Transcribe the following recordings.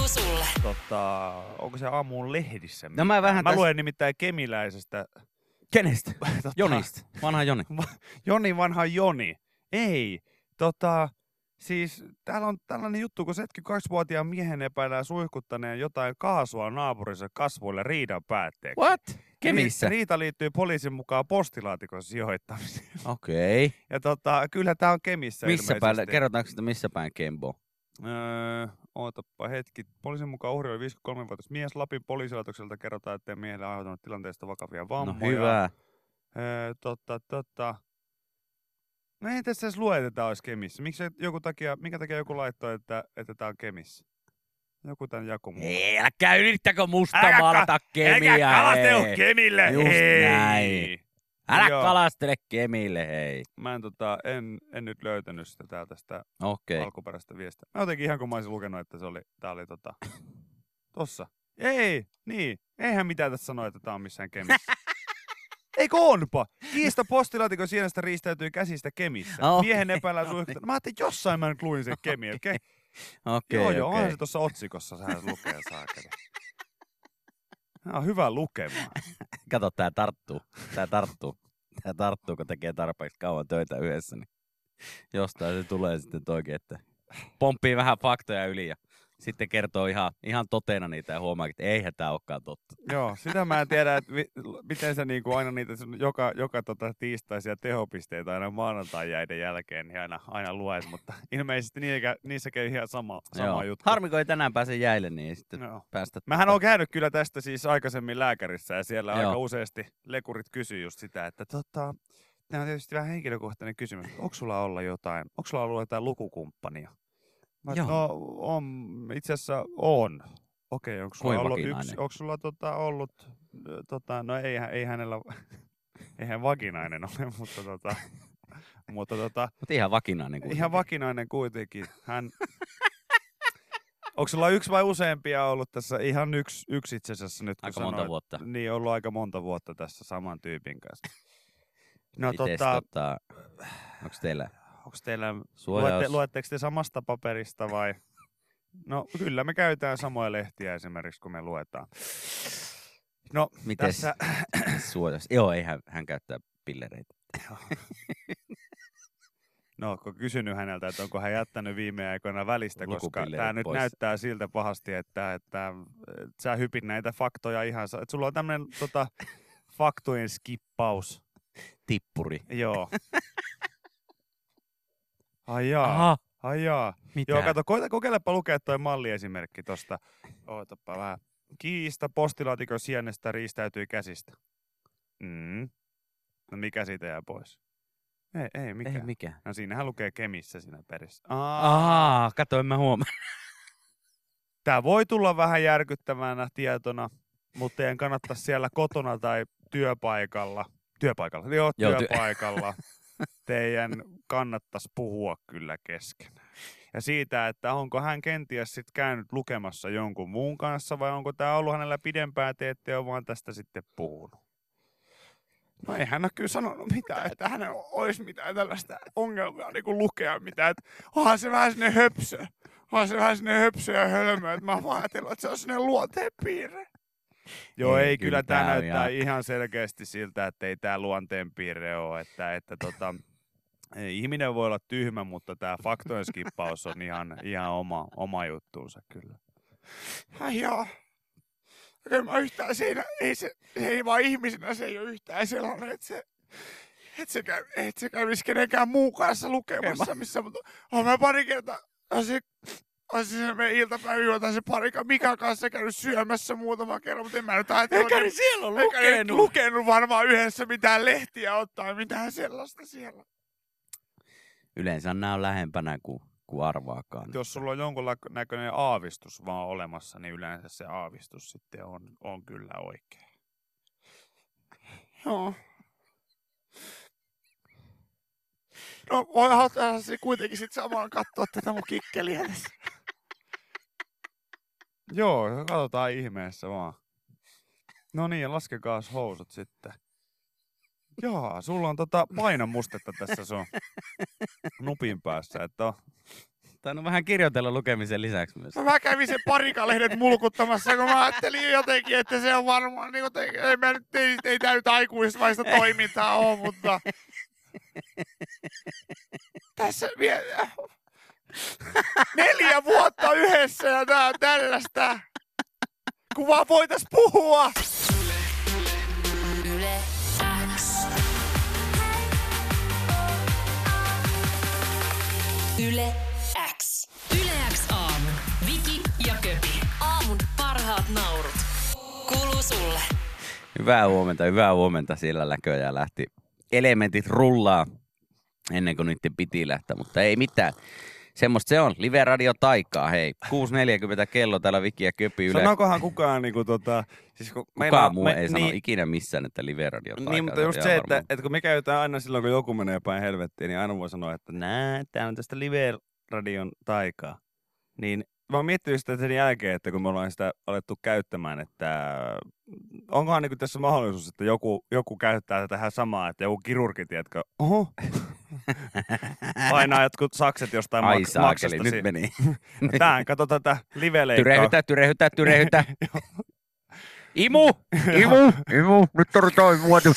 kuuluu sulle? Onko se aamuun lehdissä? No mä luen nimittäin Kemiläisestä. Kenestä? Jonista. Vanha Joni. Joni, vanha Joni. Ei. Siis täällä on tällainen juttu, kun 72-vuotiaan miehen epäillään suihkuttaneen jotain kaasua naapurinsa kasvoille riidan päätteeksi. What? Kemissä? Riita liittyy poliisin mukaan postilaatikon sijoittamiseen. Okei. Ja kyllä tää on Kemissä Missä ilmeisesti. päin? Kerrotaanko sitä missä päin Kembo? Ootappa hetki. Poliisin mukaan uhri oli 53-vuotias mies. Lapin poliisilaitokselta kerrotaan, ettei miehelle aiheutunut tilanteesta vakavia vammoja. No hyvä. No ei tässä edes lue, että tää olisi Kemissä. Minkä takia joku laittoi, että tää on Kemissä? Joku tän jaku mulle. Ei, älkää yrittäkö musta maalata Kemiä, Älkää kalastelu Kemille, Just hei! näin. Älä Joo. kalastele Kemille, hei. Mä en nyt löytänyt sitä täältä sitä Okei. alkuperäistä viestiä. Mä jotenkin ihan kun mä olisin lukenut, että tää oli tossa. Ei, niin. Eihän mitään tässä sano, että tää on missään Kemissä. Eikö onpa? Kiista postilaatikon sienestä riistäytyy käsistä Kemissä. Miehen epäillään suihkuttaneen. Mä ajattelin, jossain mä nyt luin sen Kemi, okei? Joo, onhan se tuossa otsikossa, sehän lukee saakeli. Tämä on hyvä lukemaan. Kato, tää tarttuu, kun tekee tarpeeksi kauan töitä yhdessä, niin jostain se tulee sitten toikin, että pomppii vähän faktoja yli ja sitten kertoo ihan totena niitä ja huomaa, että eihän tää olekaan totta. Joo, sitä mä en tiedä, että miten sä niinku aina niitä joka tiistaisia tehopisteitä aina maanantain jäiden jälkeen niin aina luet, mutta ilmeisesti niissä käy ihan sama juttu. Harmi, kun ei tänään pääse jäille, niin sitten päästä. Mähän oon käynyt kyllä tästä siis aikaisemmin lääkärissä ja siellä aika useasti lekurit kysyy just sitä, että tämä on tietysti vähän henkilökohtainen kysymys. Onko sulla ollut jotain lukukumppania? Itse asiassa on. Okei, onko sulla ollut no eihän vakinainen ole, mutta ihan vakinainen kuitenkin. Ihan vakinainen kuitenkin. Onko sulla yksi vai useampia ollut tässä? Ihan yksi itse asiassa nyt, kun aika monta vuotta. Niin, ollut aika monta vuotta tässä saman tyypin kanssa. No onko teillä suojaus? Luetteko te samasta paperista vai? No kyllä me käytetään samoja lehtiä esimerkiksi, kun me luetaan. No, mites tässä suojaus? Joo, ei hän käyttää pillereitä. No, kun kysynyt häneltä, että onko hän jättänyt viime aikoina välistä, koska tämä nyt pois. Näyttää siltä pahasti, että sä hypit näitä faktoja ihan, että sulla on tämmöinen faktojen skippaus. Tippuri. Joo. Ai jaa. Mitä? Joo, kato, kokeilepa lukea toi malliesimerkki tosta. Ootapa vähän. Kiista postilaatikon sienestä riistäytyi käsistä. No mikä siitä jää pois? Ei mikään. No siinähän lukee Kemissä siinä perissä. Kato, en mä huomaa. Tää voi tulla vähän järkyttävänä tietona, mutta teidän kannattaisi siellä kotona tai työpaikalla. Teidän kannattaisi puhua kyllä keskenään. Ja siitä, että onko hän kenties sitten käynyt lukemassa jonkun muun kanssa vai onko tämä ollut hänellä pidempään, te ette ole vaan tästä sitten puhunut. No ei hän ole kyllä sanonut mitään, että hänellä olisi mitään tällaista ongelmaa niin kuin lukea mitään. Onhan se vähän sinne höpsö. Ja hölmö, että mä oon vaan ajatellut, että se on sinne luonteenpiirre. Joo, ei kyllä tämä näyttää ihan selkeästi siltä, että ei tämä luonteenpiirre ole. Ihminen voi olla tyhmä, mutta tämä faktojen skippaus on ihan oma juttuunsa kyllä. Joo. Kyllä mä yhtään siinä, ei vaan ihmisenä se ei ole yhtään sellainen, että se kävisi kenenkään muun kanssa lukemassa, missä, mutta olen mä pari kertaa, olisin meidän iltapäivä se parika Mikan kanssa käynyt syömässä muutama kerran, mutta en mä nyt ajatellut. Eikä siellä ole lukenut varmaan yhdessä mitään lehtiä ottaa, mitään sellaista siellä. Yleensä nämä on lähempänä kuin arvaakaan. Jos sulla on jonkunnäköinen aavistus vaan olemassa, niin yleensä se aavistus sitten on kyllä oikea. Joo. No voihan se kuitenkin sitten samaan katsoa tätä mun kikkeliä tässä. Joo, katsotaan ihmeessä vaan. No niin, laskekaas housut sitten. Jaa, sulla on painomustetta tässä sun nupin päässä, että Tainnut vähän kirjoitella lukemisen lisäksi myös. Mä kävin sen parikalehdet mulkuttamassa, kun mä ajattelin jotenkin, että se on varmaan, niin ei tää nyt aikuisvaista toimintaa ole, mutta tässä vielä 4 vuotta yhdessä ja tää on tällaista, kun vaan voitais puhua. Yle X. Yle X. Yle X aamu. Viki ja Köpi. Aamun parhaat naurut. Kuuluu sulle. Hyvää huomenta. Siellä näköjään lähti elementit rullaa ennen kuin niiden piti lähteä, mutta ei mitään. Semmosta se on. Live-radio taikaa, hei. 6.40 kello täällä Viki ja Köpi Yle. Sanokohan kukaan niinku siis kun kukaan muu ei sano ikinä missään, että live-radio taikaa. Niin, mutta just se, että kun me käytetään aina silloin, kun joku menee päin helvettiin, niin aina voi sanoa, että tää on tästä live-radion taikaa. Niin mä oon miettinyt sitä sen jälkeen, että kun me ollaan sitä alettu käyttämään, että onkohan niinku tässä mahdollisuus, että joku käyttää tätä ihan samaa, että joku kirurgi, tiedätkö, oho, painaa jotkut sakset jostain maksasta. Nyt meni. Tää, kato tätä live-leikkaa. Tyrehytä. Imu, nyt on toivuotu.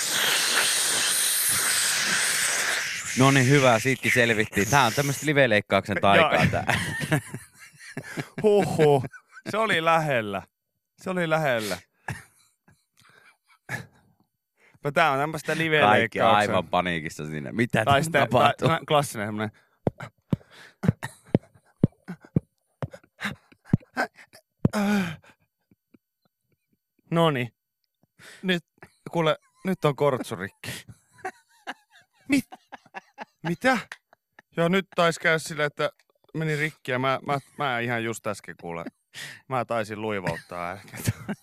No niin, hyvä, siitäkin selvittiin. Tää on tämmöistä live-leikkauksen taikaa tää. Huhhuh, se oli lähellä. Tää on tämmöistä live-leikkauksen. Kaikki aivan paniikissa siinä. Mitä tässä tapahtuu? Klassinen semmonen. Noniin. Nyt on kortsurikki. Mitä? Joo, nyt taisi käydä silleen, että meni rikki ja mä ihan just äsken kuule. Mä taisin luivauttaa äsken.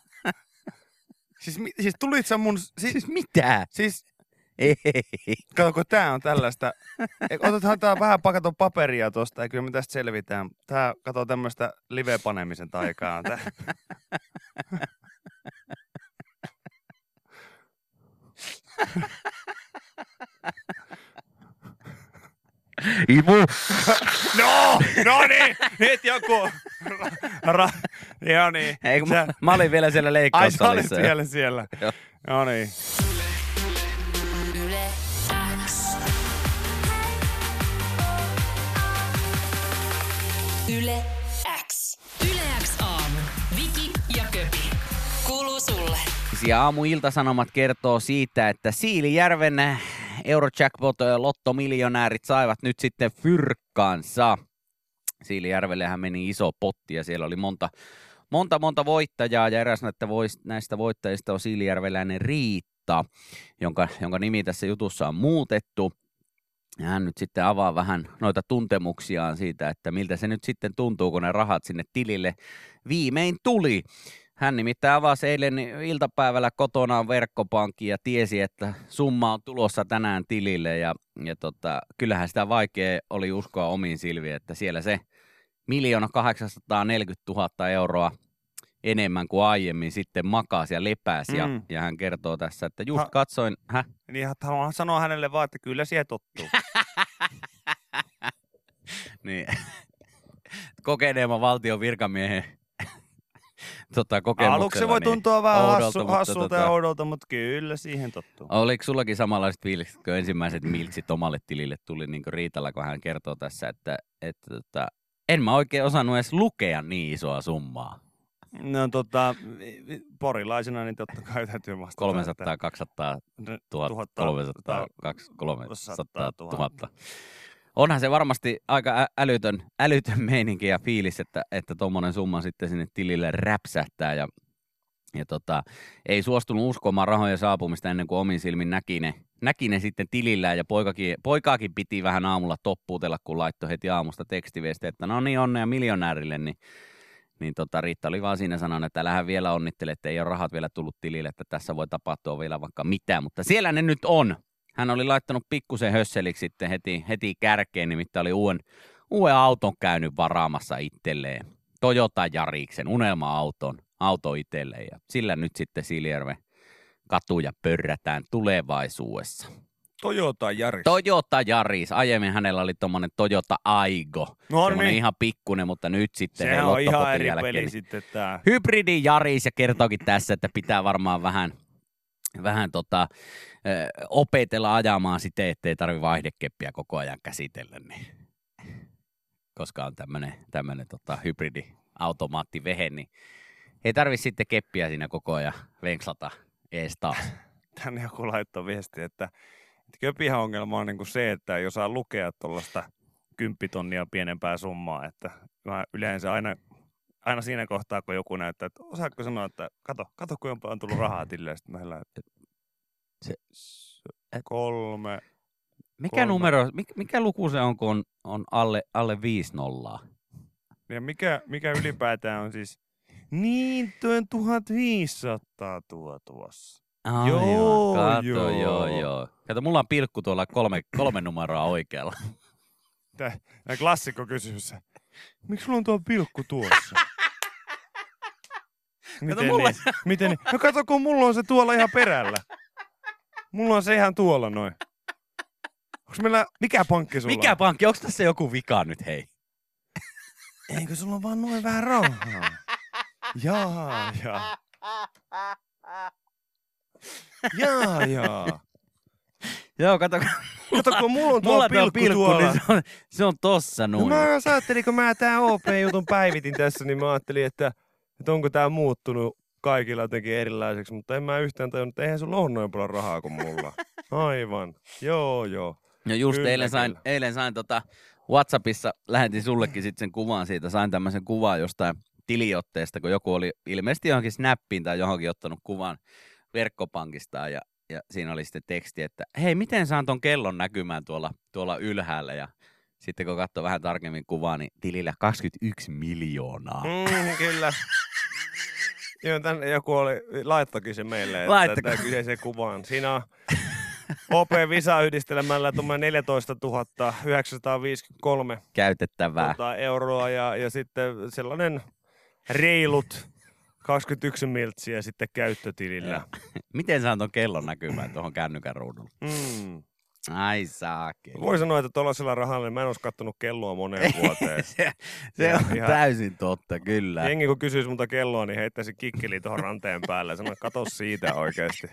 Siis tulit sä mun... Siis mitä? Siis... Ei. Kato, kun tää on tällaista... Otetaan tää vähän pakaton paperia tosta ja kyllä me tästä selvitään. Tää, kato tämmöstä live-panemisen taikaa on tää. Imu! No niin! Nyt joku... Joo niin. Ei, kun mä olin vielä siellä leikkaussalissa. Ai sä olit siellä. No niin. Yle X. Yle X. Yle X aamu. Viki ja Köpi. Kuuluu sulle. Ja aamu-iltasanomat kertoo siitä, että Siilijärven Eurojackpot-lottomiljonäärit saivat nyt sitten fyrkkansa. Siilijärvellehän meni iso potti ja siellä oli monta voittajaa ja eräs näistä voittajista on siilijärveläinen Riitta, jonka nimi tässä jutussa on muutettu. Ja hän nyt sitten avaa vähän noita tuntemuksiaan siitä, että miltä se nyt sitten tuntuu, kun ne rahat sinne tilille viimein tuli. Hän nimittäin avasi eilen iltapäivällä kotonaan verkkopankki ja tiesi, että summa on tulossa tänään tilille. Ja kyllähän sitä vaikea oli uskoa omiin silmiin, että siellä se 1 840 000 euroa enemmän kuin aiemmin sitten makasi ja lepäsi. Ja hän kertoo tässä, että just katsoin... Niin haluan sanoa hänelle vaan, että kyllä siihen tottuu. Niin. Kokeneemman valtion virkamiehen kokemuksella. Aluksi se voi tuntua vähän hassulta ja oudolta, mutta kyllä siihen tottuu. Oliko sullakin samanlaiset fiilikset, kun ensimmäiset miltsit omalle tilille tuli niin kuin Riitalla, kun hän kertoo tässä, että en mä oikein osannut edes lukea niin isoa summaa. No porilaisena niin totta kai täytyy vastata. 300, 200 000, 300, 300 000. Onhan se varmasti aika älytön meininki ja fiilis, että tommonen summa sitten sinne tilille räpsähtää ja ei suostunut uskomaan rahojen saapumista ennen kuin omin silmin näki ne sitten tilillään ja poikaakin piti vähän aamulla toppuutella, kun laittoi heti aamusta tekstiviestiä, että no niin onnea miljonäärille, niin Riitta oli vaan siinä sanonut, että älähän vielä onnittele, että ei ole rahat vielä tullut tilille, että tässä voi tapahtua vielä vaikka mitään, mutta siellä ne nyt on. Hän oli laittanut pikkusen hösseliksi sitten heti kärkeen, nimittäin oli uuden auton käynyt varaamassa itselleen. Toyota Jariksen, auto itselleen ja sillä nyt sitten Siilijärven katuja pörrätään tulevaisuudessa. Toyota Yaris. Aiemmin hänellä oli tommonen Toyota Aygo. Semmoinen ihan pikkunen, mutta nyt sitten sehän on ihan eri peli niin sitten tää. Hybridi Yaris ja kertookin tässä, että pitää varmaan vähän opetella ajamaan siten, ettei tarvi vaihdekeppiä koko ajan käsitellä. Niin. Koska on tämmönen hybridi-automaattivehe, niin ei tarvi sitten keppiä siinä koko ajan venkslata ees taas. Tänne joku laittoi viesti, että köpihän ongelma on niinku se, että ei osaa lukea tuollaista 10 tonnia pienempää summaa. Että mä yleensä aina siinä kohtaa, kun joku näyttää, että osaatko sanoa, että kato kuinka on tullut rahaa tilleen. Sitten mä mikä luku se on, kun on alle 5 nollaa? Ja mikä ylipäätään on siis? Niin, tuo 1500 tuossa. Joo. Kato, mulla on pilkku tuolla 3 numeroa oikealla. Tämä klassikko kysymys. Miksi sulla on tuo pilkku tuossa? Miten? No kato, kun mulla on se tuolla ihan perällä. Mulla on se ihan tuolla noin. Onks meillä, mikä pankki sulla on? Mikä pankki? Onks tässä joku vika nyt, hei? Eikö sulla on vaan noin vähän rahaa? Jaa. Joo, kato kun mulla on tuo pilkku tuolla. Niin se on tossa noin. No mä ajattelin, kun mä tää OP-jutun päivitin tässä, niin mä ajattelin, että onko tää muuttunut kaikilla jotenkin erilaiseksi, mutta en mä yhtään tajunnut, että eihän sulla ole noin paljon rahaa kuin mulla. Aivan. Joo. No just eilen sain WhatsAppissa, lähetin sullekin sitten sen kuvan siitä, sain tämmöisen kuvan jostain tiliotteesta, kun joku oli ilmeisesti johonkin Snappiin tai johonkin ottanut kuvan verkkopankistaan ja siinä oli sitten teksti, että hei, miten saan ton kellon näkymään tuolla ylhäällä ja sitten kun katsoo vähän tarkemmin kuvaa, niin tilillä 21 miljoonaa. Kyllä. Joo, tänne joku laittokin se meille, että tämä kyseisen kuvaan. Siinä on OP-visa yhdistelemällä 14 953 käytettävää euroa ja sitten sellainen reilut 21 miltsiä sitten käyttötilillä. Miten saan ton kellon näkymään tuohon kännykän ruudulla? Ai saakeli. Voi sanoa, että tuollaisella rahalla niin mä en olisi kattonut kelloa moneen vuoteen. se on ihan täysin totta, kyllä. Jengi kun kysyisi multa kelloa, niin heittäisi kikkeliin tuohon ranteen päälle ja sanoo, kato siitä oikeasti.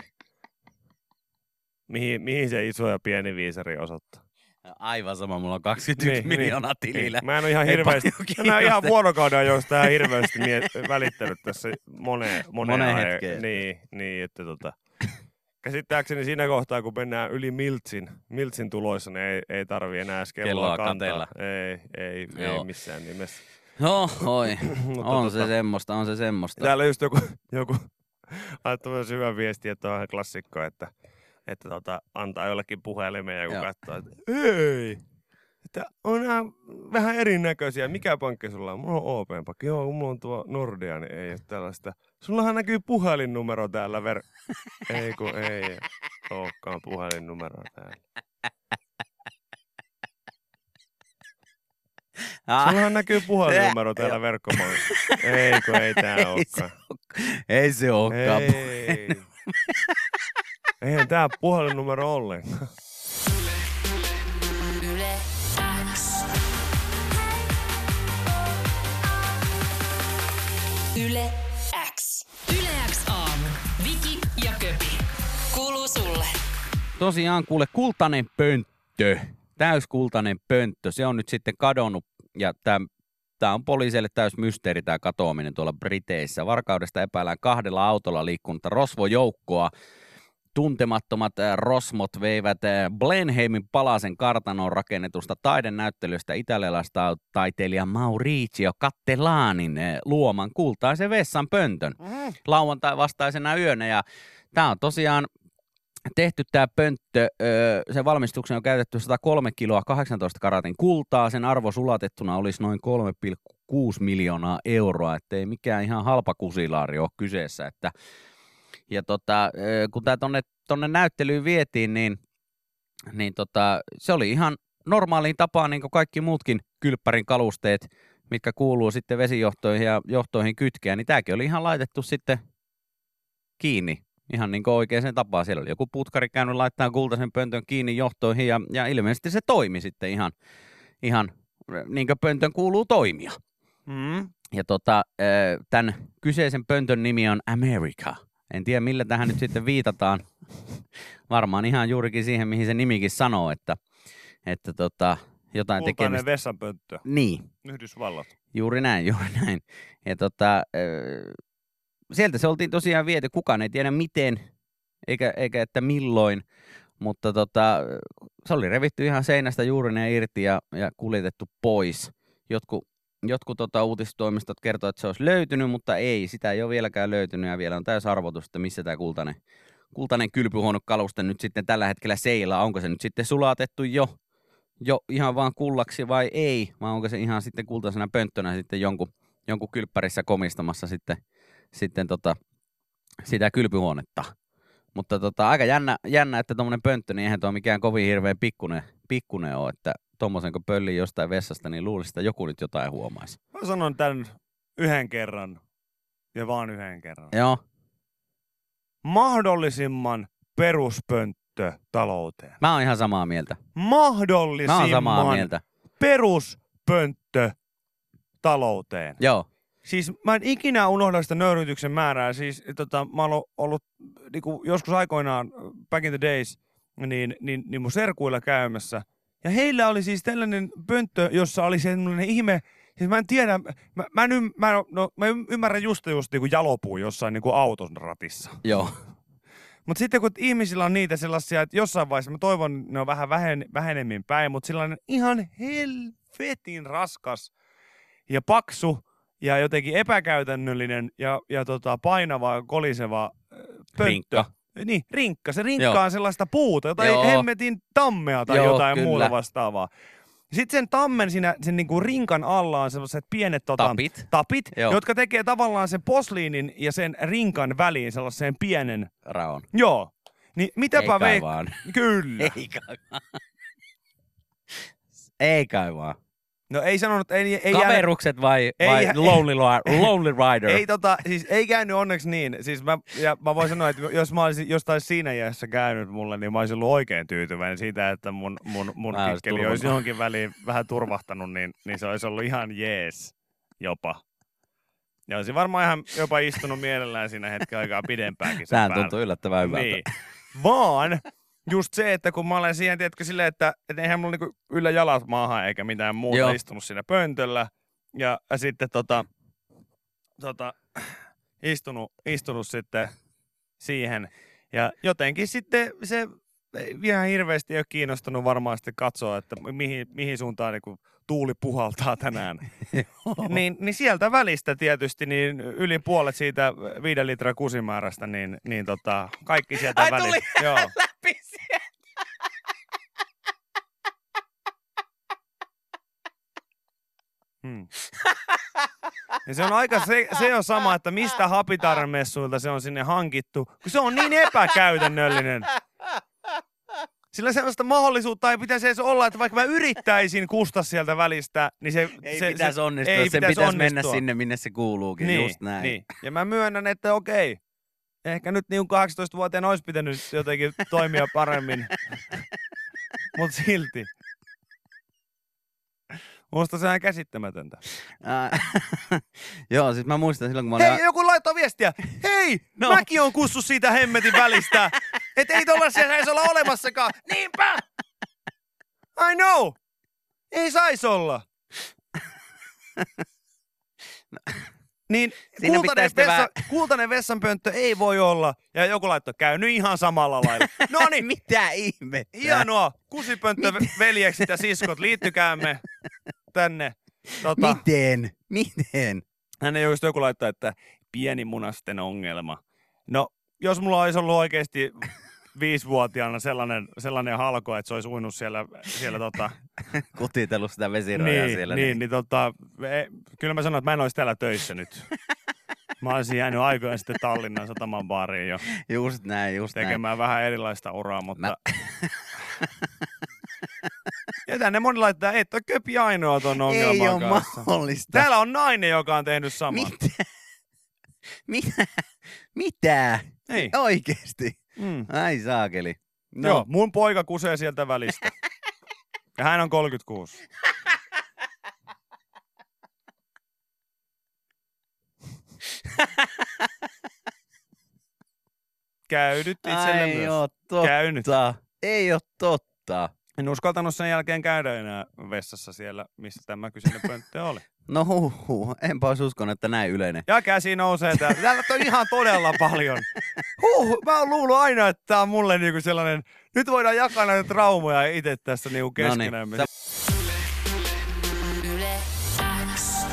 Mihin se iso ja pieni viisari osoittaa? Aivan sama, mulla on 21 miljoonaa tilillä. Mä en ole ihan hirveästi, mä ihan vuorokauden ajoista tähän hirveästi välittänyt tässä moneen hetkeen. Niin, että käsittääkseni siinä kohtaa, kun mennään yli miltsin tuloissa, niin ei tarvii enää kelloa kantaa. Ei missään nimessä. Oi, on se semmoista. Täällä just joku laittoi myös hyvän viestiä, että on klassikko, että antaa jollekin puhelimeen ja kun katsoo, että ei, että on nämä vähän erinäköisiä. Mikä pankki sulla on? Mulla on OP-pankki. Joo, mulla on tuo Nordea, niin ei ole tällaista. Sullahan näkyy puhelinnumero täällä. Ei kun ei olekaan puhelinnumero täällä. Sullahan näkyy puhelinnumero täällä verkkopankissa. Ei kun ei tää olekaan. Ei se olekaan. Eihän tää puhelinnumero ollenkaan. Yle X. Yle X. Yle X aamu. Viki ja Köpi. Kuuluu sulle. Tosiaan kuule, kultainen pönttö. Täyskultainen pönttö. Se on nyt sitten kadonnut ja tämä on poliisille täys mysteeri tämä katoaminen tuolla Briteissä. Varkaudesta epäillään 2 autolla liikkunutta rosvojoukkoa. Tuntemattomat rosmot veivät Blenheimin Palasen kartanoon rakennetusta taidenäyttelystä italialaista taiteilija Maurizio Cattelanin luoman kultaisen vessan pöntön lauantai vastaisena yönä. Ja tämä on tosiaan tehty tämä pönttö, sen valmistuksen on käytetty 103 kiloa 18 karatin kultaa, sen arvo sulatettuna olisi noin 3,6 miljoonaa euroa, ettei mikään ihan halpa kusilaari ole kyseessä, että ja kun tämä tonne näyttelyyn vietiin, niin se oli ihan normaaliin tapaan niin kuin kaikki muutkin kylppärin kalusteet, mitkä kuuluu sitten vesijohtoihin ja johtoihin kytkeä, niin tämäkin oli ihan laitettu sitten kiinni Ihan niin kuin oikeaan tapaan. Siellä oli joku putkari käynyt laittaa kultaisen pöntön kiinni johtoihin ja ilmeisesti se toimi sitten ihan niin kuin pöntön kuuluu toimia. Ja tämän kyseisen pöntön nimi on America. En tiedä, millä tähän nyt sitten viitataan. Varmaan ihan juurikin siihen, mihin se nimikin sanoo, että jotain tekemistä. Kultainen vessanpönttö. Niin. Yhdysvallat. Juuri näin. Ja sieltä se oltiin tosiaan viety. Kukaan ei tiedä miten, eikä että milloin. Mutta se oli revitty ihan seinästä juurineen irti ja kuljetettu pois. Jotkut uutistoimistot kertoo, että se olisi löytynyt, mutta ei. Sitä ei ole vieläkään löytynyt ja vielä on täys arvotus, että missä tämä kultainen kylpyhuonekaluste nyt sitten tällä hetkellä seilaa. Onko se nyt sitten sulatettu jo ihan vaan kullaksi vai ei? Vai onko se ihan sitten kultaisena pönttönä sitten jonkun kylppärissä komistamassa sitten sitä kylpyhuonetta? Mutta aika jännä, että tommonen pönttö, niin eihän tuo mikään kovin hirveän pikkunen ole, että tommosen kun pöllii jostain vessasta, niin luulisi, että joku nyt jotain huomaisi. Mä sanon tän yhden kerran ja vaan yhden kerran. Joo. Mahdollisimman peruspönttö talouteen. Mä oon ihan samaa mieltä. Mahdollisimman peruspönttö talouteen. Joo. Siis mä en ikinä unohda sitä nöyrytyksen määrää. Siis mä oon ollut niinku, joskus aikoinaan, back in the days, niin mun serkuilla käymässä. Ja heillä oli siis tällainen pönttö, jossa oli sellainen ihme, siis mä en tiedä, mä ymmärrän just niinku jalopuu jossain niinku auton ratissa. Joo. Mutta sitten kun ihmisillä on niitä sellaisia, että jossain vaiheessa, mä toivon, ne on vähän vähenemmin päin, mutta sellainen ihan helvetin raskas ja paksu ja jotenkin epäkäytännöllinen ja painava, koliseva pönttö. Rinkka. Niin, rinkka. Se rinkka on sellaista puuta, jotain hemmetin tammea tai jotain kyllä. Muuta vastaavaa. Sitten sen tammen sen niinku rinkan alla on sellaiset pienet tapit jotka tekee tavallaan sen posliinin ja sen rinkan väliin sellaisen pienen raon. Joo. Niin mitäpä vaan. Kyllä. Ei kai vaan. Ei kai vaan. No ei sanonut, ei kaverukset vai Lonely Rider? Ei siis ei käynyt onneksi niin. Siis mä voin sanoa, että jos mä olisin jostain siinä iässä käynyt mulle, niin mä olisin ollut oikein tyytyväinen siitä, että mun kikkeli olisi johonkin väliin vähän turvahtanut, niin se olisi ollut ihan jees jopa. Ja olisin varmaan ihan jopa istunut mielellään siinä hetken aikaa pidempäänkin. Tähän tuntuu yllättävän hyvältä. Niin. Vaan just se, että kun mä olen siihen, tiedätkö, silleen, että eihän mulla niinku yllä jalat maahan eikä mitään muuta istunut siinä pöntöllä. Ja sitten istunut sitten siihen. Ja jotenkin sitten se ihan hirveästi ei ole kiinnostunut varmaan sitten katsoa, että mihin suuntaan niinku tuuli puhaltaa tänään. niin sieltä välistä tietysti niin yli puolet siitä 5 litran kusimäärästä, niin kaikki sieltä välistä. Ai tuli joo. läpi sieltä. Ja se on aika, se on sama, että mistä hapitarmessuilta se on sinne hankittu, kun se on niin epäkäytännöllinen. Sillä sellaista mahdollisuutta ei pitäisi edes olla, että vaikka mä yrittäisin kustaa sieltä välistä, niin se pitäisi onnistua. Ei sen pitäisi mennä sinne, minne se kuuluukin, niin, just näin. Niin. Ja mä myönnän, että okei, ehkä nyt niin 18-vuotiaana olisi pitänyt jotenkin toimia paremmin, mutta silti. Musta se on käsittämätöntä. Joo, siis mä muistan silloin, kun mä olin... Hei, joku laittaa viestiä. Hei, mäkin on kussu siitä hemmetin välistä. Et ei tollasia saisi olla olemassakaan. Niinpä! I know! Ei sais olla. Niin kultainen vessanpönttö ei voi olla. Ja joku laittoi, käy nyt ihan samalla lailla. Noniin. Mitä ihmettä? Hienoa. Kusipönttö veljekset ja siskot, liittykäämme tänne. Miten? Hän ei just joku laittaa, että pienimunasten ongelma. No, jos mulla olisi ollut oikeasti 5-vuotiaana sellainen halko, että se olisi uinut siellä kutitellut sitä vesirajaa siellä. Kyllä mä sanon, että mä en olisi täällä töissä nyt. Mä olisin jäänyt aikoina sitten Tallinnan Sataman baariin jo. Just näin. Tekemään vähän erilaista uraa, mutta... Ja tänne moni laittaa, et ole Köpi ainoa ton ongelman kanssa. Ei ole mahdollista. Täällä on nainen, joka on tehnyt saman. Mitä? Mitä? Ei. Oikeesti? Mm. Ai saakeli. No. Joo, mun poika kusee sieltä välistä. Ja hän on 36. Käynyt itselle Ai myös. oo totta. Käynyt. Ei oo totta. En uskaltanut sen jälkeen käydä enää vessassa siellä, missä tämä kyseinen pönttö oli. No enpä olisi uskonut, että näin yleinen. Ja käsi nousee täältä. Täällä on ihan todella paljon. Mä oon luullut aina, että tää on mulle niinku sellainen, nyt voidaan jakaa näitä traumoja itse tässä niinku keskenämme. Yle X.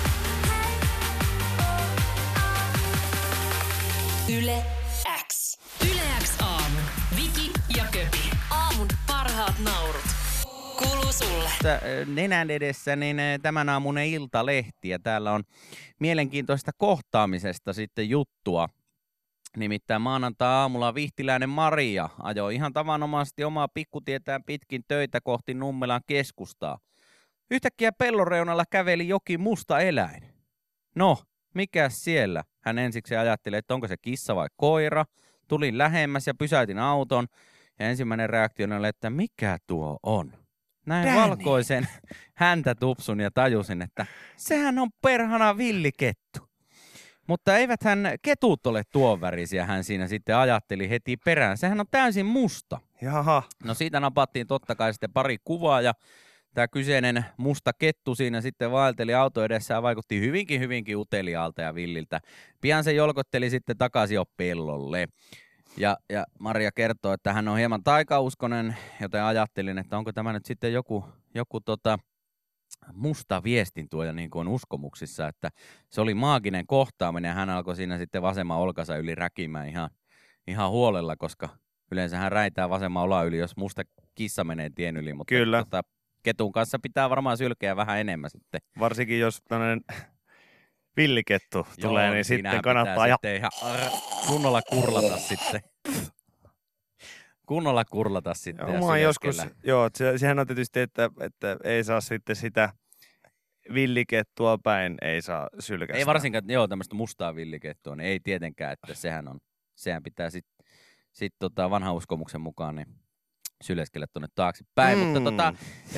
Yle X. Yle X aamu. Viki ja Köpi. Aamun parhaat naurut. Kuuluu sulle. Nenän edessä niin tämän aamunen Iltalehti ja täällä on mielenkiintoista kohtaamisesta sitten juttua. Nimittäin maanantai-aamulla vihtiläinen Maria ajoi ihan tavanomaisesti omaa pikkutietään pitkin töitä kohti Nummelan keskustaa. Yhtäkkiä pellon reunalla käveli jokin musta eläin. No, mikä siellä? Hän ensiksi ajatteli, että onko se kissa vai koira. Tulin lähemmäs ja pysäytin auton ja ensimmäinen reaktio oli, että mikä tuo on? Näin valkoisen häntä tupsun ja tajusin, että sehän on perhana villikettu. Mutta eiväthän ketut ole tuon värisiä, hän siinä sitten ajatteli heti perään. Sehän on täysin musta. Jaha. No siitä napattiin totta kai sitten pari kuvaa ja tämä kyseinen musta kettu siinä sitten vaelteli auto edessä ja vaikutti hyvinkin uteliaalta ja villiltä. Pian se jolkotteli sitten takaisin jo pellolle. Ja Maria kertoo, että hän on hieman taikauskonen, joten ajattelin, että onko tämä nyt sitten joku musta viestintuoja niin kuin on uskomuksissa, että se oli maaginen kohtaaminen ja hän alkoi siinä sitten vasemman olkansa yli räkimään ihan huolella, koska yleensä hän räitää vasemman olan yli, jos musta kissa menee tien yli, mutta kyllä. Ketun kanssa pitää varmaan sylkeä vähän enemmän sitten. Varsinkin jos tämmöinen villikettu tulee, niin sitten kannattaa sitten ihan kunnolla kurlata sitten. Kunnolla kurlata sitten. Joo, joskus, sehän on tietysti, että ei saa sitten sitä villikettua päin, ei saa sylkästä. Ei varsinkaan, tämmöistä mustaa villikettua, niin ei tietenkään, että sehän pitää sitten vanhan uskomuksen mukaan niin syleskellä tuonne taaksepäin, mutta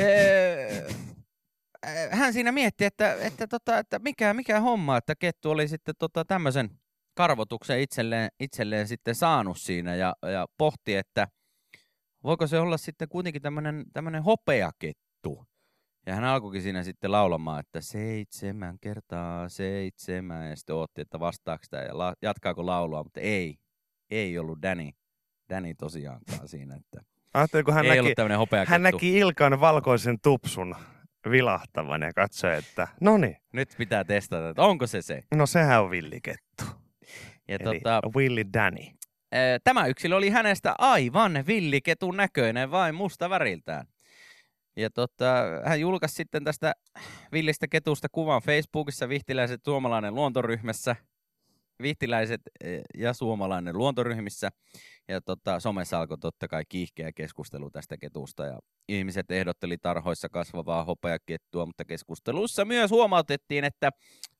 hän siinä mietti, että mikä homma, että kettu oli sitten tämmöisen karvotuksen itselleen sitten saanut siinä ja pohti, että voiko se olla sitten kuitenkin tämmöinen hopeakettu. Ja hän alkoikin siinä sitten laulamaan, että 7 kertaa 7 ja sitten odotti, että vastaako sitä ja jatkaako laulua, mutta ei ollut Danny tosiaankaan siinä, että ajattelin, hän ei ollut tämmöinen hopeakettu. Hän näki Ilkan valkoisen tupsun vilahtavan ja katsoi, että noniin. Nyt pitää testata, että onko se. No sehän on villikettu. Ja eli Willy Danny. Tämä yksilö oli hänestä aivan villiketun näköinen, vain musta väriltään. Ja hän julkaisi sitten tästä villistä ketusta kuvan Facebookissa Vihtiläiset suomalainen luontoryhmässä. Vihtiläiset ja suomalainen luontoryhmissä. Ja somessa alkoi totta kai kiihkeä keskustelu tästä ketusta. Ja ihmiset ehdotteli tarhoissa kasvavaa hopeakettua, mutta keskustelussa myös huomautettiin, että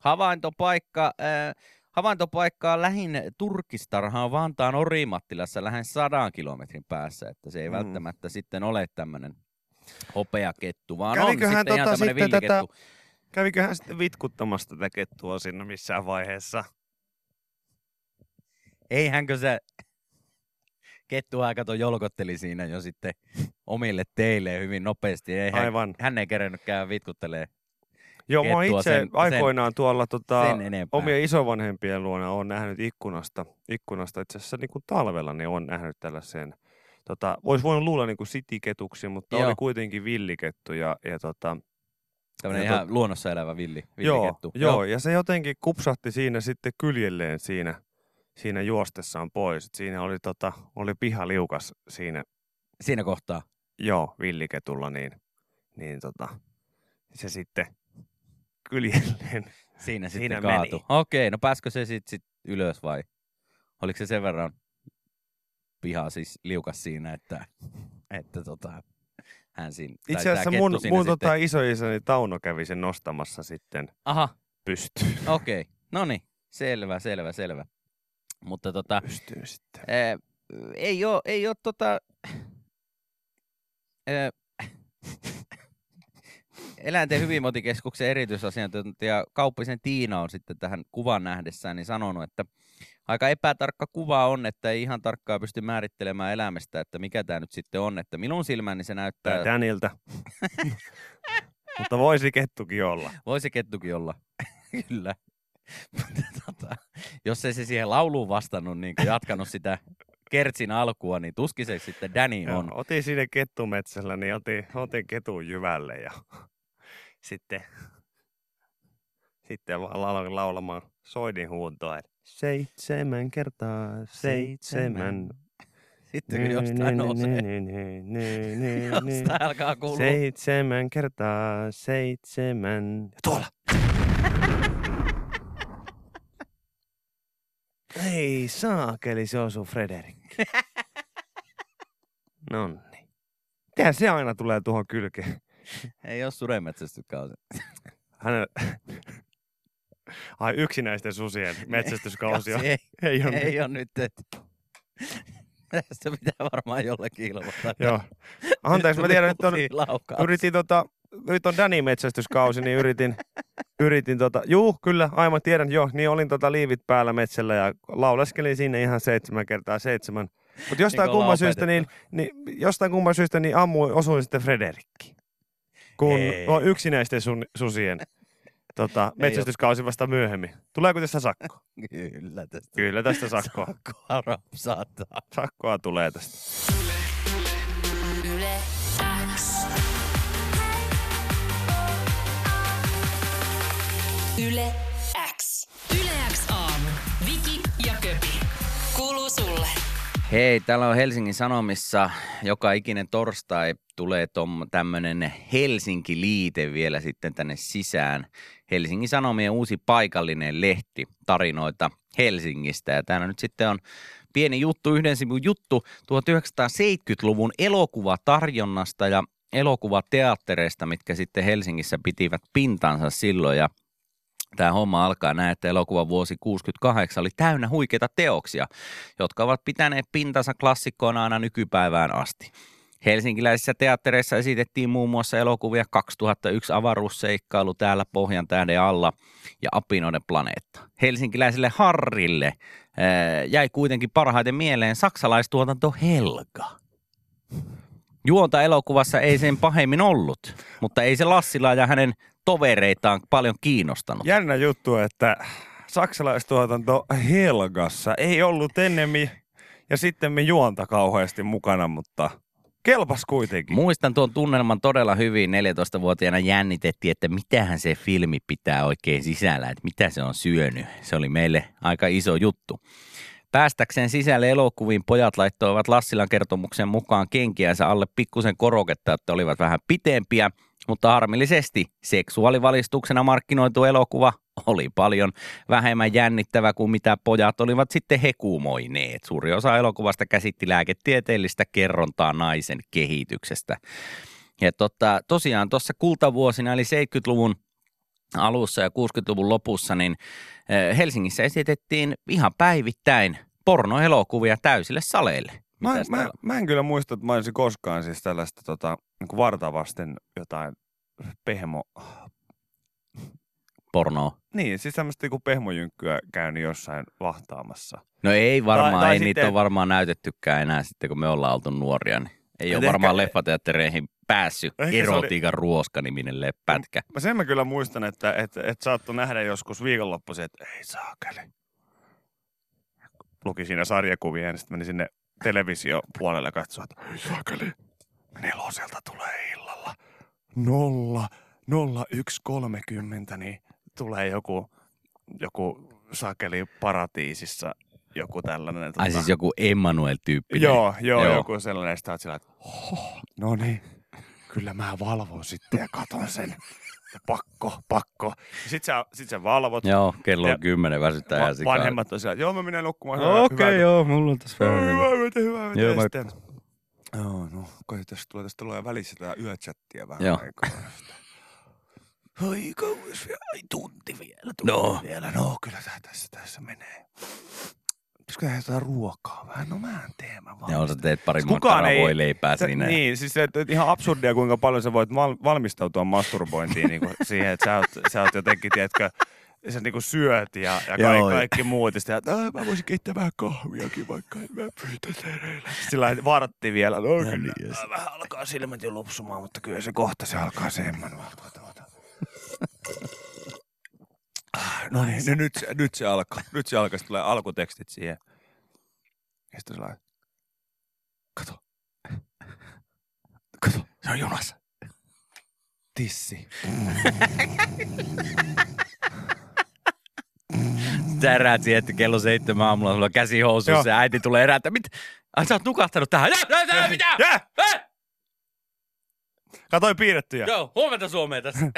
havaintopaikkaa lähin turkistarhaan Vantaan Orimattilassa lähes 100 kilometrin päässä. Että se ei välttämättä sitten ole tämmöinen hopeakettu, vaan kävikö on sitten ihan tämmöinen villikettu. Kävikö hän sitten vitkuttamassa tätä kettua siinä missään vaiheessa? Eivänkö se kettuaika jolkotteli siinä jo sitten omille teille hyvin nopeasti. Aivan. Hän ei kerennyt käydä vitkuttelemaan. Joo, mä itse aikoinaan tuolla omien isovanhempien luona olen nähnyt ikkunasta itse asiassa niin kuin talvella, niin olen nähnyt tällaisen, olisi voinut luulla niin kuin sitiketuksi, mutta oli kuitenkin villikettu tämmöinen ihan luonnossa elävä villikettu. Joo, ja se jotenkin kupsahti siinä sitten kyljelleen siinä juostessaan pois. Siinä oli pihaliukas siinä kohtaa. Joo, villiketulla, niin se sitten kyljelleen siinä sitten kaatui. Okei, no pääskö se sitten ylös vai oliko se sen verran piha siis liukas siinä, että hän siinä. Itse asiassa mun isoisäni Tauno kävi sen nostamassa sitten pystyyn. Okei, no niin. Selvä. Mutta Pystyy sitten. Ei oo Eläinten hyvinvointikeskuksen erityisasiantuntija Kauppisen Tiina on sitten tähän kuvan nähdessään niin sanonut, että aika epätarkka kuva on, että ei ihan tarkkaan pysty määrittelemään eläimestä, että mikä tämä nyt sitten on. Että minun silmäni se näyttää... Danilta. Mutta voisi kettukin olla. Voisi kettukin olla, kyllä. Jos ei se siihen lauluun vastannut, niin jatkanut sitä kertsin alkua, niin tuskin se sitten Danny on. Joo, otin siinä kettumetsällä, niin otin ketun jyvälle ja sitten vaan laulamaan soidin huuntoa. 7 kertaa 7. Sitten kun jostain nousee. Jostain alkaa kuulua. 7 kertaa 7. Ja tuolla! Ei saakeli, se on sun Frederikki. Nonni. Mitähän se aina tulee tuohon kylkeen? Ei oo sudenmetsästyskausi. Ai yksinäisten susien metsästyskausi on. Ei ole nyt. Tästä pitää varmaan jollekin ilmoittaa. Joo. Anteeksi, mä tiedän, että nyt on Danny metsästyskausi, niin yritin kyllä, aivan tiedän, niin olin liivit päällä metsällä ja lauleskelin sinne ihan 7 kertaa 7. Mutta jostain kumman syystä niin osuin sitten Frederikki. Kun on yksinäisten susien metsästyskausi vasta myöhemmin. Tuleeko tästä sakko? Kyllä tästä sakkoa. Sakkoa rapsaataan. Sakkoa tulee tästä. Yle X. Yle X. Yle X aamu. Viki ja Köpi. Kuuluu sulle. Hei, täällä on Helsingin Sanomissa joka ikinen torstai tulee tämmönen Helsinki-liite vielä sitten tänne sisään. Helsingin Sanomien uusi paikallinen lehti, tarinoita Helsingistä. Ja täällä nyt sitten on pieni juttu, yhden sivun juttu 1970-luvun elokuvatarjonnasta ja elokuvateattereista, mitkä sitten Helsingissä pitivät pintansa silloin. Ja tämä homma alkaa näin, että elokuvan vuosi 1968 oli täynnä huikeita teoksia, jotka ovat pitäneet pintansa klassikkoina aina nykypäivään asti. Helsinkiläisissä teattereissa esitettiin muun muassa elokuvia 2001 avaruusseikkailu täällä Pohjantähden alla ja Apinoiden planeetta. Helsinkiläiselle Harrille jäi kuitenkin parhaiten mieleen saksalaistuotanto Helga. Juonta elokuvassa ei sen pahemmin ollut, mutta ei se Lassila ja hänen tovereitaan paljon kiinnostanut. Jännä juttu, että saksalaistuotanto Helgassa ei ollut ennemmin ja sitten juonta kauheasti mukana, mutta kelpas kuitenkin. Muistan tuon tunnelman todella hyvin. 14-vuotiaana jännitettiin, että mitähän se filmi pitää oikein sisällä, että mitä se on syönyt. Se oli meille aika iso juttu. Päästäkseen sisälle elokuviin pojat laittoivat Lassilan kertomuksen mukaan kenkiänsä alle pikkusen koroketta, että olivat vähän pitempiä, mutta harmillisesti seksuaalivalistuksena markkinoitu elokuva oli paljon vähemmän jännittävä kuin mitä pojat olivat sitten hekumoineet. Suuri osa elokuvasta käsitti lääketieteellistä kerrontaa naisen kehityksestä. Ja tosiaan tuossa kultavuosina eli 70-luvun alussa ja 60-luvun lopussa, niin Helsingissä esitettiin ihan päivittäin pornoelokuvia täysille saleille. Mä en kyllä muista, että mä olisin koskaan siis tällaista niin vartavasten jotain pehmo... Pornoa. Niin, siis tämmöistä niin pehmojynkkyä käynyt jossain vahtaamassa. No ei varmaan, tai ei sitten... niitä ole varmaan näytettykään enää sitten, kun me ollaan oltu nuoria. Niin ei ole varmaan leffateattereihin päässyt erotiikan ruoska-niminen pätkä. Sen mä kyllä muistan, että saattoi nähdä joskus viikonloppuisin, että ei saakeli. Luki siinä sarjakuvia ja sitten meni sinne televisiopuolelle katsoa, että ei saakeli. 4:00 tulee illalla 01:30, niin tulee joku saakeli paratiisissa. Joku tällainen. Ai siis joku Emmanuel-tyyppinen. Joo, joku sellainen. Sitten olet sillä, että no niin, kyllä mä valvon sitten ja katon sen. Ja pakko. Sitten sä valvot. Joo, kello on 10, väsyttää ihan sikaa. Vanhemmat on sillä, että joo mä menen nukkumaan. Okei, joo, mulla on tässä vähän. Hyvä. Joo, no kai tästä tulee välissä tää yöchattia vähän aikaa. Ai kauas vielä, ai tunti vielä. No kyllä tässä menee. Pitäisikö tehdä ruokaa vähän? No mä en tee, mä valmistan. Joo, sä teet pari monta voi leipää siinä. Niin, siis että ihan absurdia, kuinka paljon sä voit valmistautua masturbointiin niin siihen, että sä oot jotenkin, tiedätkö, sä niinku syöt ja kaikki muut. Ja sitten, mä voisin keittää vähän kahviakin, vaikka en mä pyytä tereillä. Sillä vartti vielä. No kyllä, vähän alkaa silmät jo lupsumaan, mutta kyllä se kohta se alkaa semmoinen. No niin, nyt se alkaa. Nyt se alkaa, tulee alkutekstit siihen. Ja sitten sellainen, kato, se on junassa. Tissi. Sä heräät siihen, että kello 7 aamulla sulla on käsi housuissa ja äiti tulee herätä. Sä oot nukahtanut tähän. Mitä? Katoi piirrettyjä. Joo, huomenta Suomeen tässä.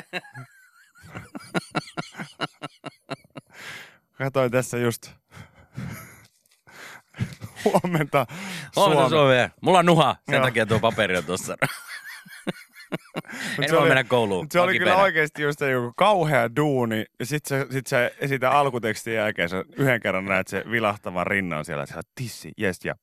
Katoin tässä just. Huomenta Suomeen. Mulla on nuha, sen takia tuo paperi on tossa. En voi mennä kouluun. Se oli kyllä oikeesti just joku kauhea duuni. Ja sit sä esitä alkutekstin jälkeen, sä yhden kerran näet se vilahtavan rinnan siellä. Sä oot tissi, jes ja.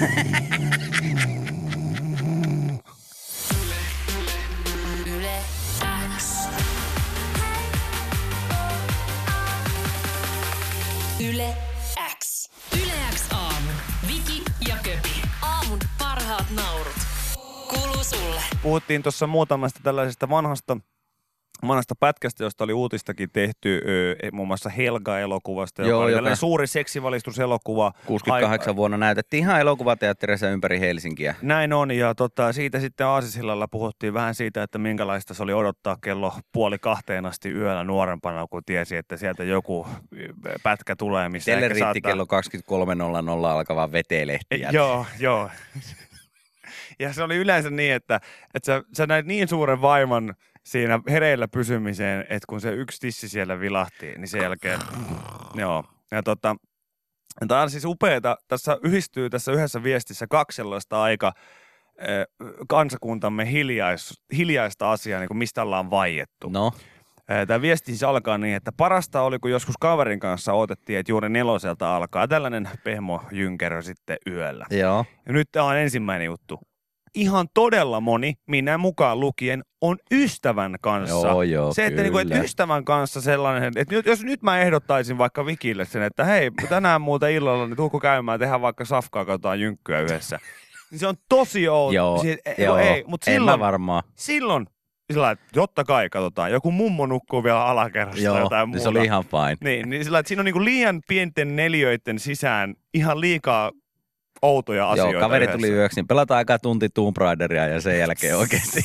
Yle X. Yle X aamu. Viki ja Köpi. Aamun parhaat naurut. Kuuluu sulle. Puhuttiin tuossa muutamasta tällaisesta vanhasta pätkästä, josta oli uutistakin tehty, muun muassa Helga-elokuvasta, joka oli tällainen suuri seksivalistuselokuva. 68 vuonna näytettiin ihan elokuvateatterissa ympäri Helsinkiä. Näin on, ja siitä sitten Aasisillalla puhuttiin vähän siitä, että minkälaista se oli odottaa kello 1:30 asti yöllä nuorempana, kun tiesi, että sieltä joku pätkä tulee, missä Teille riitti kello 23.00 alkava vetelehti. Joo. Ja se oli yleensä niin, että sä näit niin suuren vaivan siinä hereillä pysymiseen, että kun se yksi tissi siellä vilahti, niin sen jälkeen, joo. Ja tämä on siis upeata. Tässä yhdistyy tässä yhdessä viestissä kaksi sellaista aika kansakuntamme hiljaista asiaa, niin kuin mistä ollaan vaiettu. No. Tämä viesti siis alkaa niin, että parasta oli, kun joskus kaverin kanssa odotettiin, että juuri 4 alkaa tällainen pehmojynkerö sitten yöllä. Joo. Ja nyt tämä on ensimmäinen juttu. Ihan todella moni, minä mukaan lukien, on ystävän kanssa. Joo, se, että, niinku, että ystävän kanssa sellainen, että jos nyt mä ehdottaisin vaikka Vikille sen, että hei, tänään muuten illalla niin tuukko käymään, tehdään vaikka safkaa, katsotaan jynkkyä yhdessä. Niin se on tosi outo. Joo, ei, mutta silloin, varmaan. Silloin, sillä että totta kai katsotaan, joku mummo nukkuu vielä alakerrassa tai jotain muuta. Se oli ihan fine. Niin sillä että siinä on niinku liian pienten neliöiden sisään ihan liikaa outoja asioita. Joo, kaveri yhdessä. Tuli yöksi, niin pelataan aika tunti Tomb Raideria ja sen jälkeen oikeesti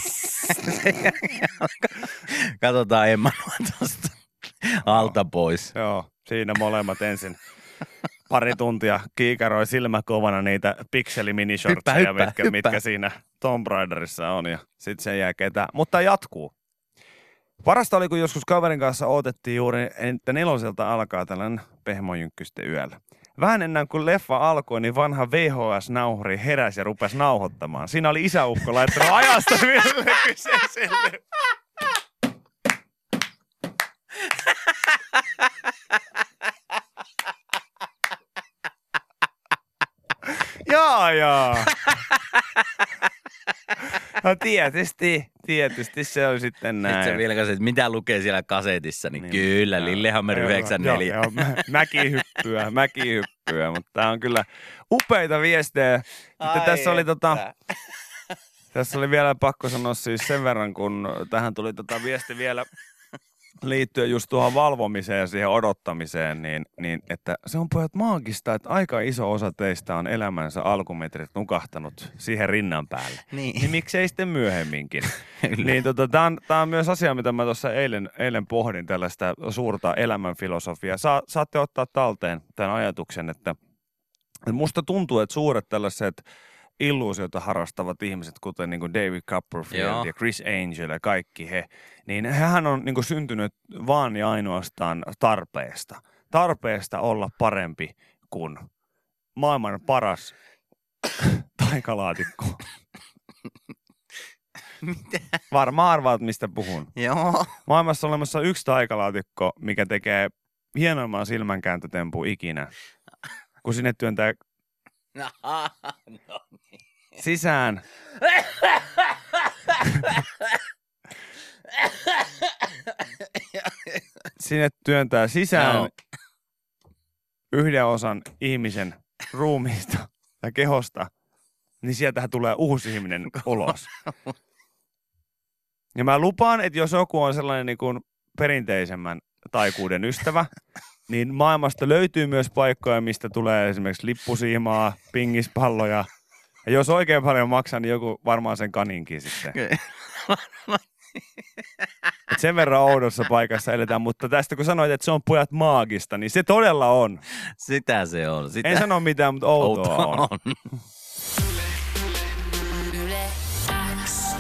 katsotaan Emmanua tuosta alta pois. Joo, siinä molemmat ensin pari tuntia kiikaroi silmäkovana niitä pikseli-minishortseja, mitkä siinä Tomb Raiderissa on ja sitten sen jälkeen tämä. Mutta jatkuu. Parasta oli, kun joskus kaverin kanssa odotettiin juuri, että 4 alkaa tällainen pehmojynkkysten yöllä. Vähän ennen kuin leffa alkoi, niin vanha VHS-nauhuri heräsi ja rupesi nauhoittamaan. Siinä oli isäukko laittanut ajasta vielä kyseiselle. Jaa. No tietysti se on sitten näin. Sitten se vielä että mitä lukee siellä kasetissa, niin kyllä, Lillehammer 94. Joo, mäkihyppyä, mutta tää on kyllä upeita viestejä. Tässä oli tässä oli vielä pakko sanoa siis sen verran, kun tähän tuli viesti vielä liittyen just tuohon valvomiseen ja siihen odottamiseen, niin että se on pojat maagista, että aika iso osa teistä on elämänsä alkumetrit nukahtanut siihen rinnan päälle. Niin miksei sitten myöhemminkin. Niin tämä on myös asia, mitä mä tuossa eilen pohdin, tällaista suurta elämänfilosofiaa. Saatte ottaa talteen tämän ajatuksen, että musta tuntuu, että suuret tällaiset illuusiota harrastavat ihmiset, kuten niin kuin David Copperfield ja Chris Angel ja kaikki he, niin hehän on niin kuin syntynyt vaan ja ainoastaan tarpeesta olla parempi kuin maailman paras taikalaatikko. Mitä? Varmaan arvaat, mistä puhun. Joo. Maailmassa on olemassa yksi taikalaatikko, mikä tekee hienoimman silmänkääntötempun ikinä. Kun sinne työntää sisään. Sinne työntää sisään yhden osan ihmisen ruumiista tai kehosta, niin sieltähän tulee uusi ihminen ulos. Ja mä lupaan, että jos joku on sellainen niin kuin perinteisemmän taikuuden ystävä, niin maailmasta löytyy myös paikkoja, mistä tulee esimerkiksi lippusiimaa, pingispalloja. Ja jos oikein paljon maksaa, niin joku varmaan sen kaninkin sitten. Et sen verran oudossa paikassa eletään, mutta tästä kun sanoit, että se on pojat maagista, niin se todella on. Sitä se on. En sano mitään, mutta outoa on. Yle X.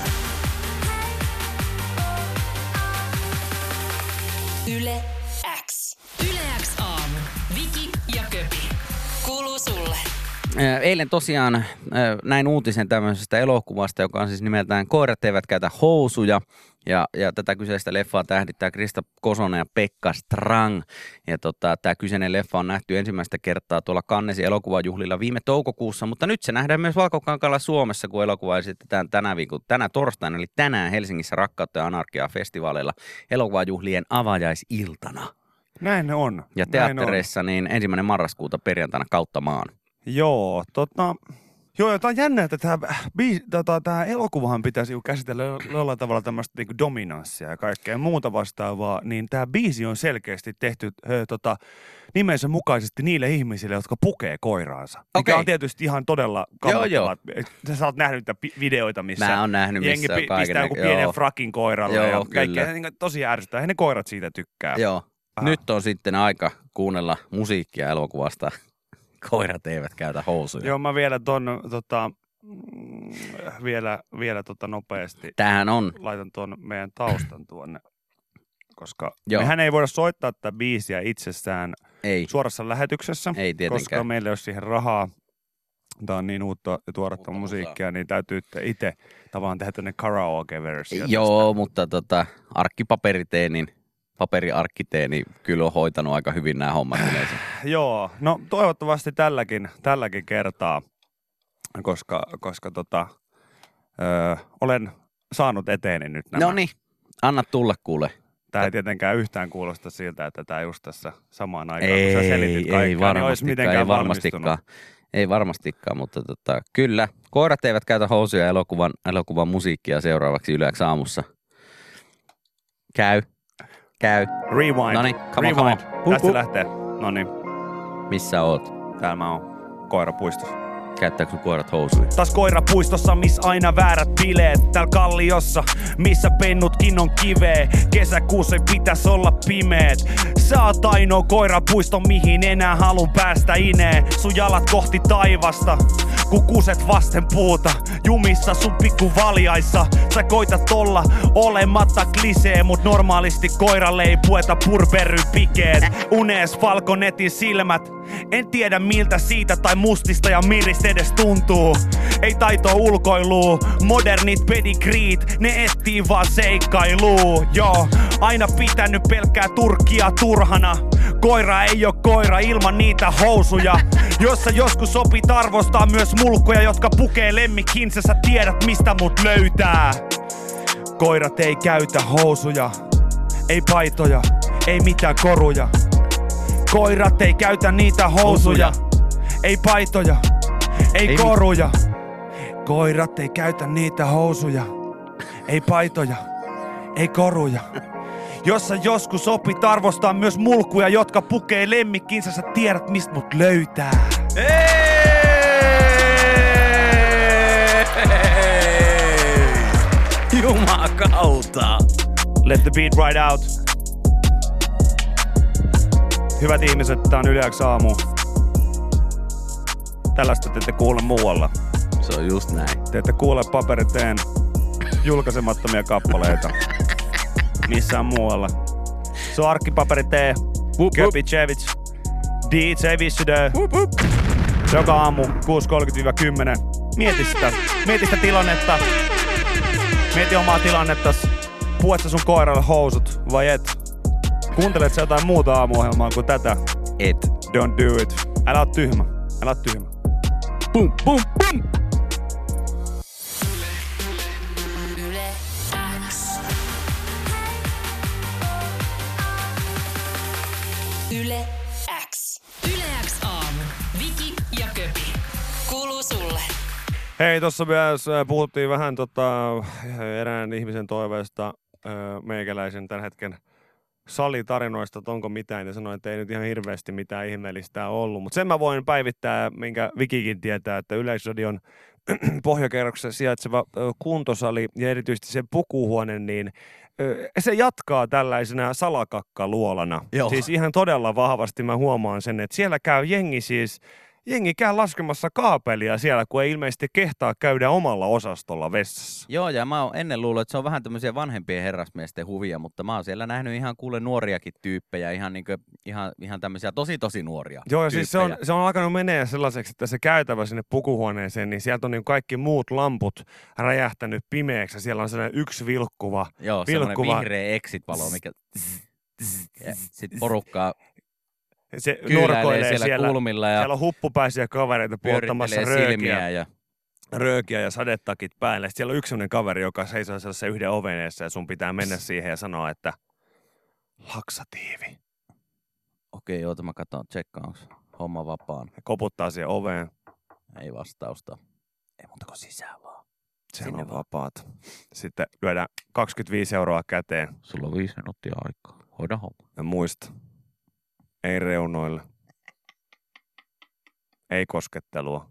Yle X. Yle X aamu. Viki ja Köpi. Kuuluu sulle. Eilen tosiaan näin uutisen tämmöisestä elokuvasta, joka on siis nimeltään Koirat eivät käytä housuja. Ja tätä kyseistä leffaa tähdittää Krista Kosonen ja Pekka Strang. Ja tämä kyseinen leffa on nähty ensimmäistä kertaa tuolla Cannesin elokuvajuhlilla viime toukokuussa, mutta nyt se nähdään myös Valkokankaalla Suomessa, kun elokuva esitetään tänä torstaina, eli tänään Helsingissä Rakkautta ja Anarkiaa -festivaaleilla elokuvajuhlien avajaisiltana. Näin on. Ja teattereissa niin 1. marraskuuta perjantaina kautta maan. Joo, Joo, tämä on jännä, että tämä elokuvahan pitäisi käsitellä jollain tavalla tämmöistä niinku dominanssia ja kaikkea muuta vastaavaa, niin tämä biisi on selkeästi tehty nimensä mukaisesti niille ihmisille, jotka pukee koiraansa. Mikä on tietysti ihan todella kammottavaa. Sä oot nähnyt niitä videoita, missä mä oon nähnyt, jengi pistää joku pienen frakin koiralle ja kaikkea. Niin tosi ärsyttää. Eihän ne koirat siitä tykkää. Joo. Nyt on sitten aika kuunnella musiikkia elokuvasta. Koirat eivät käytä housuja. Joo, mä vielä vielä nopeasti. Tämähän on. Laitan tuon meidän taustan tuonne, koska mehän ei voida soittaa tätä biisiä itsessään suorassa lähetyksessä. Ei tietenkään. Koska meillä ei ole siihen rahaa. Tämä on niin uutta ja tuoretta musiikkia, niin täytyy itse tavallaan tehdä tänne karaoke-versio. Joo, mutta paperiarkkiteeni kyllä on hoitanut aika hyvin nämä hommat yleensä. Joo, no toivottavasti tälläkin kertaa, koska olen saanut eteeni nyt nämä. No niin, anna tulla kuule. Tämä ei tietenkään yhtään kuulosta siltä, että tämä just tässä samaan aikaan, kun sä selitit kaikkea, niin olisi mitenkään valmistunut. Ei varmastikaan, mutta kyllä. Koirat eivät käytä housuja elokuvan musiikkia seuraavaksi Yle X aamussa. Käy. Rewind. Noniin, come on. Tästä se lähtee. Noniin. Missä oot? Täällä mä oon koirapuistossa. Käyttääkö sun koirat housuja? Taas koirapuistossa, missä aina väärät bileet. Täällä kalliossa, missä pennutkin on kiveä. Kesäkuussa ei pitäis olla pimeet. Sä oot ainoa koirapuisto, mihin enää halun päästä inee. Sun jalat kohti taivasta, kun kuset vasten puuta. Jumissa sun pikku valjaissa. Sä koitat olla olematta klisee, mut normaalisti koiralle ei pueta purberry pikeet. Unees Falconetin silmät. En tiedä miltä siitä tai mustista ja miristä edes tuntuu. Ei taitoa ulkoiluu, modernit pedigreet, ne etsii vaan seikkailuu. Joo, aina pitänyt pelkkää turkkia turhana. Koira ei oo koira ilman niitä housuja. Jos sä joskus opit arvostaa myös mulkkoja, jotka pukee lemmikkinsä, sä tiedät mistä mut löytää. Koirat ei käytä housuja, ei paitoja, ei mitään koruja. Koirat ei käytä niitä housuja. Ei paitoja, ei koruja. Koirat ei käytä niitä housuja. Ei paitoja, ei koruja. Jos sä joskus opit arvostaa myös mulkkuja, jotka pukee lemmikkinsä, sä tiedät mistä mut löytää. Jumakauta. Let the beat ride out. Hyvät ihmiset, tää on Yle X aamu. Tällaista te ette kuule muualla. Se on just näin. Te ette kuule Paperiteen julkaisemattomia kappaleita missään muualla. Se on Arkkipaperi T, Köpi Cevic, DJ Vissydö. Joka aamu 6.30-10. Mieti sitä tilannetta. Mieti omaa tilannettas. Puet sä sun koiralle housut vai et? Kuuntelet sä jotain muuta aamuohjelmaa kuin tätä? Et. Don't do it. Älä oo tyhmä. Älä oo tyhmä. Bum, bum, bum! Yle X. Yle X. Yle X aamu. Viki ja Köpi. Kuuluu sulle. Hei, tossa myös puhuttiin vähän erään ihmisen toiveesta meikäläisen tämän hetken salitarinoista, että onko mitään, ja sanoin, että ei nyt ihan hirveästi mitään ihmeellistä ollut. Mutta sen mä voin päivittää, minkä Vikikin tietää, että Yleisradion pohjakerroksessa sijaitseva kuntosali ja erityisesti se pukuhuone, niin se jatkaa tällaisena salakakkaluolana. Joo. Siis ihan todella vahvasti mä huomaan sen, että siellä käy jengi käy laskemassa kaapelia siellä, kun ei ilmeisesti kehtaa käydä omalla osastolla vessassa. Joo, ja mä oon ennen luullut, että se on vähän tämmöisiä vanhempien herrasmiesten huvia, mutta mä oon siellä nähnyt ihan nuoriakin tyyppejä, ihan tämmöisiä tosi nuoria Joo, ja tyyppejä. siis se on alkanut menee sellaiseksi, että se käytävä sinne pukuhuoneeseen, niin sieltä on niin kaikki muut lamput räjähtänyt pimeäksi, ja siellä on sellainen yksi vilkkuva. Joo, semmoinen vihreä exit-valo, mikä ja sit porukkaa se kyyläilee siellä kulmilla ja siellä on huppupäisiä kavereita polttamassa röökiä ja sadetakit päälle. Sitten siellä on yksi sellainen kaveri, joka seisoo sellaisen yhden oven edessä ja sun pitää mennä siihen ja sanoa, että laksatiivi. Okei, oota mä katson, tsekkaan, onko homma vapaan. He koputtaa siihen oveen. Ei vastausta. Ei muuta kuin sisään vaan. Siellä on vapaat. Sitten lyödään 25 € käteen. Sulla on 5 minuuttia aikaa. Hoida homma. Ja muista. Ei reunoille. Ei koskettelua.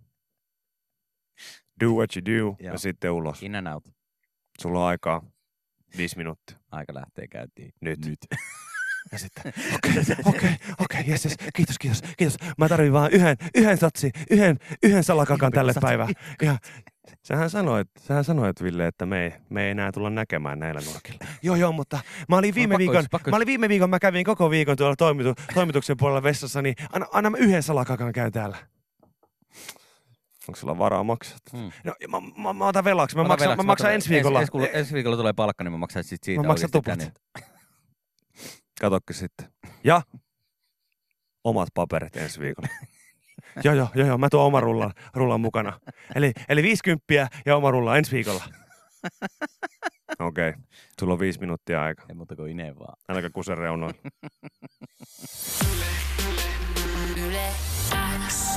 Do what you do. Ja sitten ulos. In and out. Sulla on aikaa 5 minuuttia. Aika lähtee käyntiin. Nyt. Ja sitten, okei, yes, kiitos. Mä tarvin vaan yhden satsin, yhden salakakan tälle päivään. Ja sähän sanoit, Ville, että me ei enää tulla näkemään näillä nurkilla. Joo, mutta mä olin viime viikon, mä kävin koko viikon tuolla toimituksen puolella vessassa, niin anna mä yhden salakakan käyn täällä. Onko sulla varaa maksaa? No, mä otan velaksi. Mä maksan ensi viikolla. Ensi viikolla tulee palkka, niin mä maksan sit siitä. Mä maksan tuplat. Katokki sitten. Ja omat paperit ensi viikolla. Joo, mä tuon oman rullan mukana. Eli 50 ja oma rulla ensi viikolla. Okei, sulla on 5 minuuttia aikaa. Ei muuta kuin ineen vaan. Ainakaan kusen reunoilla. Yle X.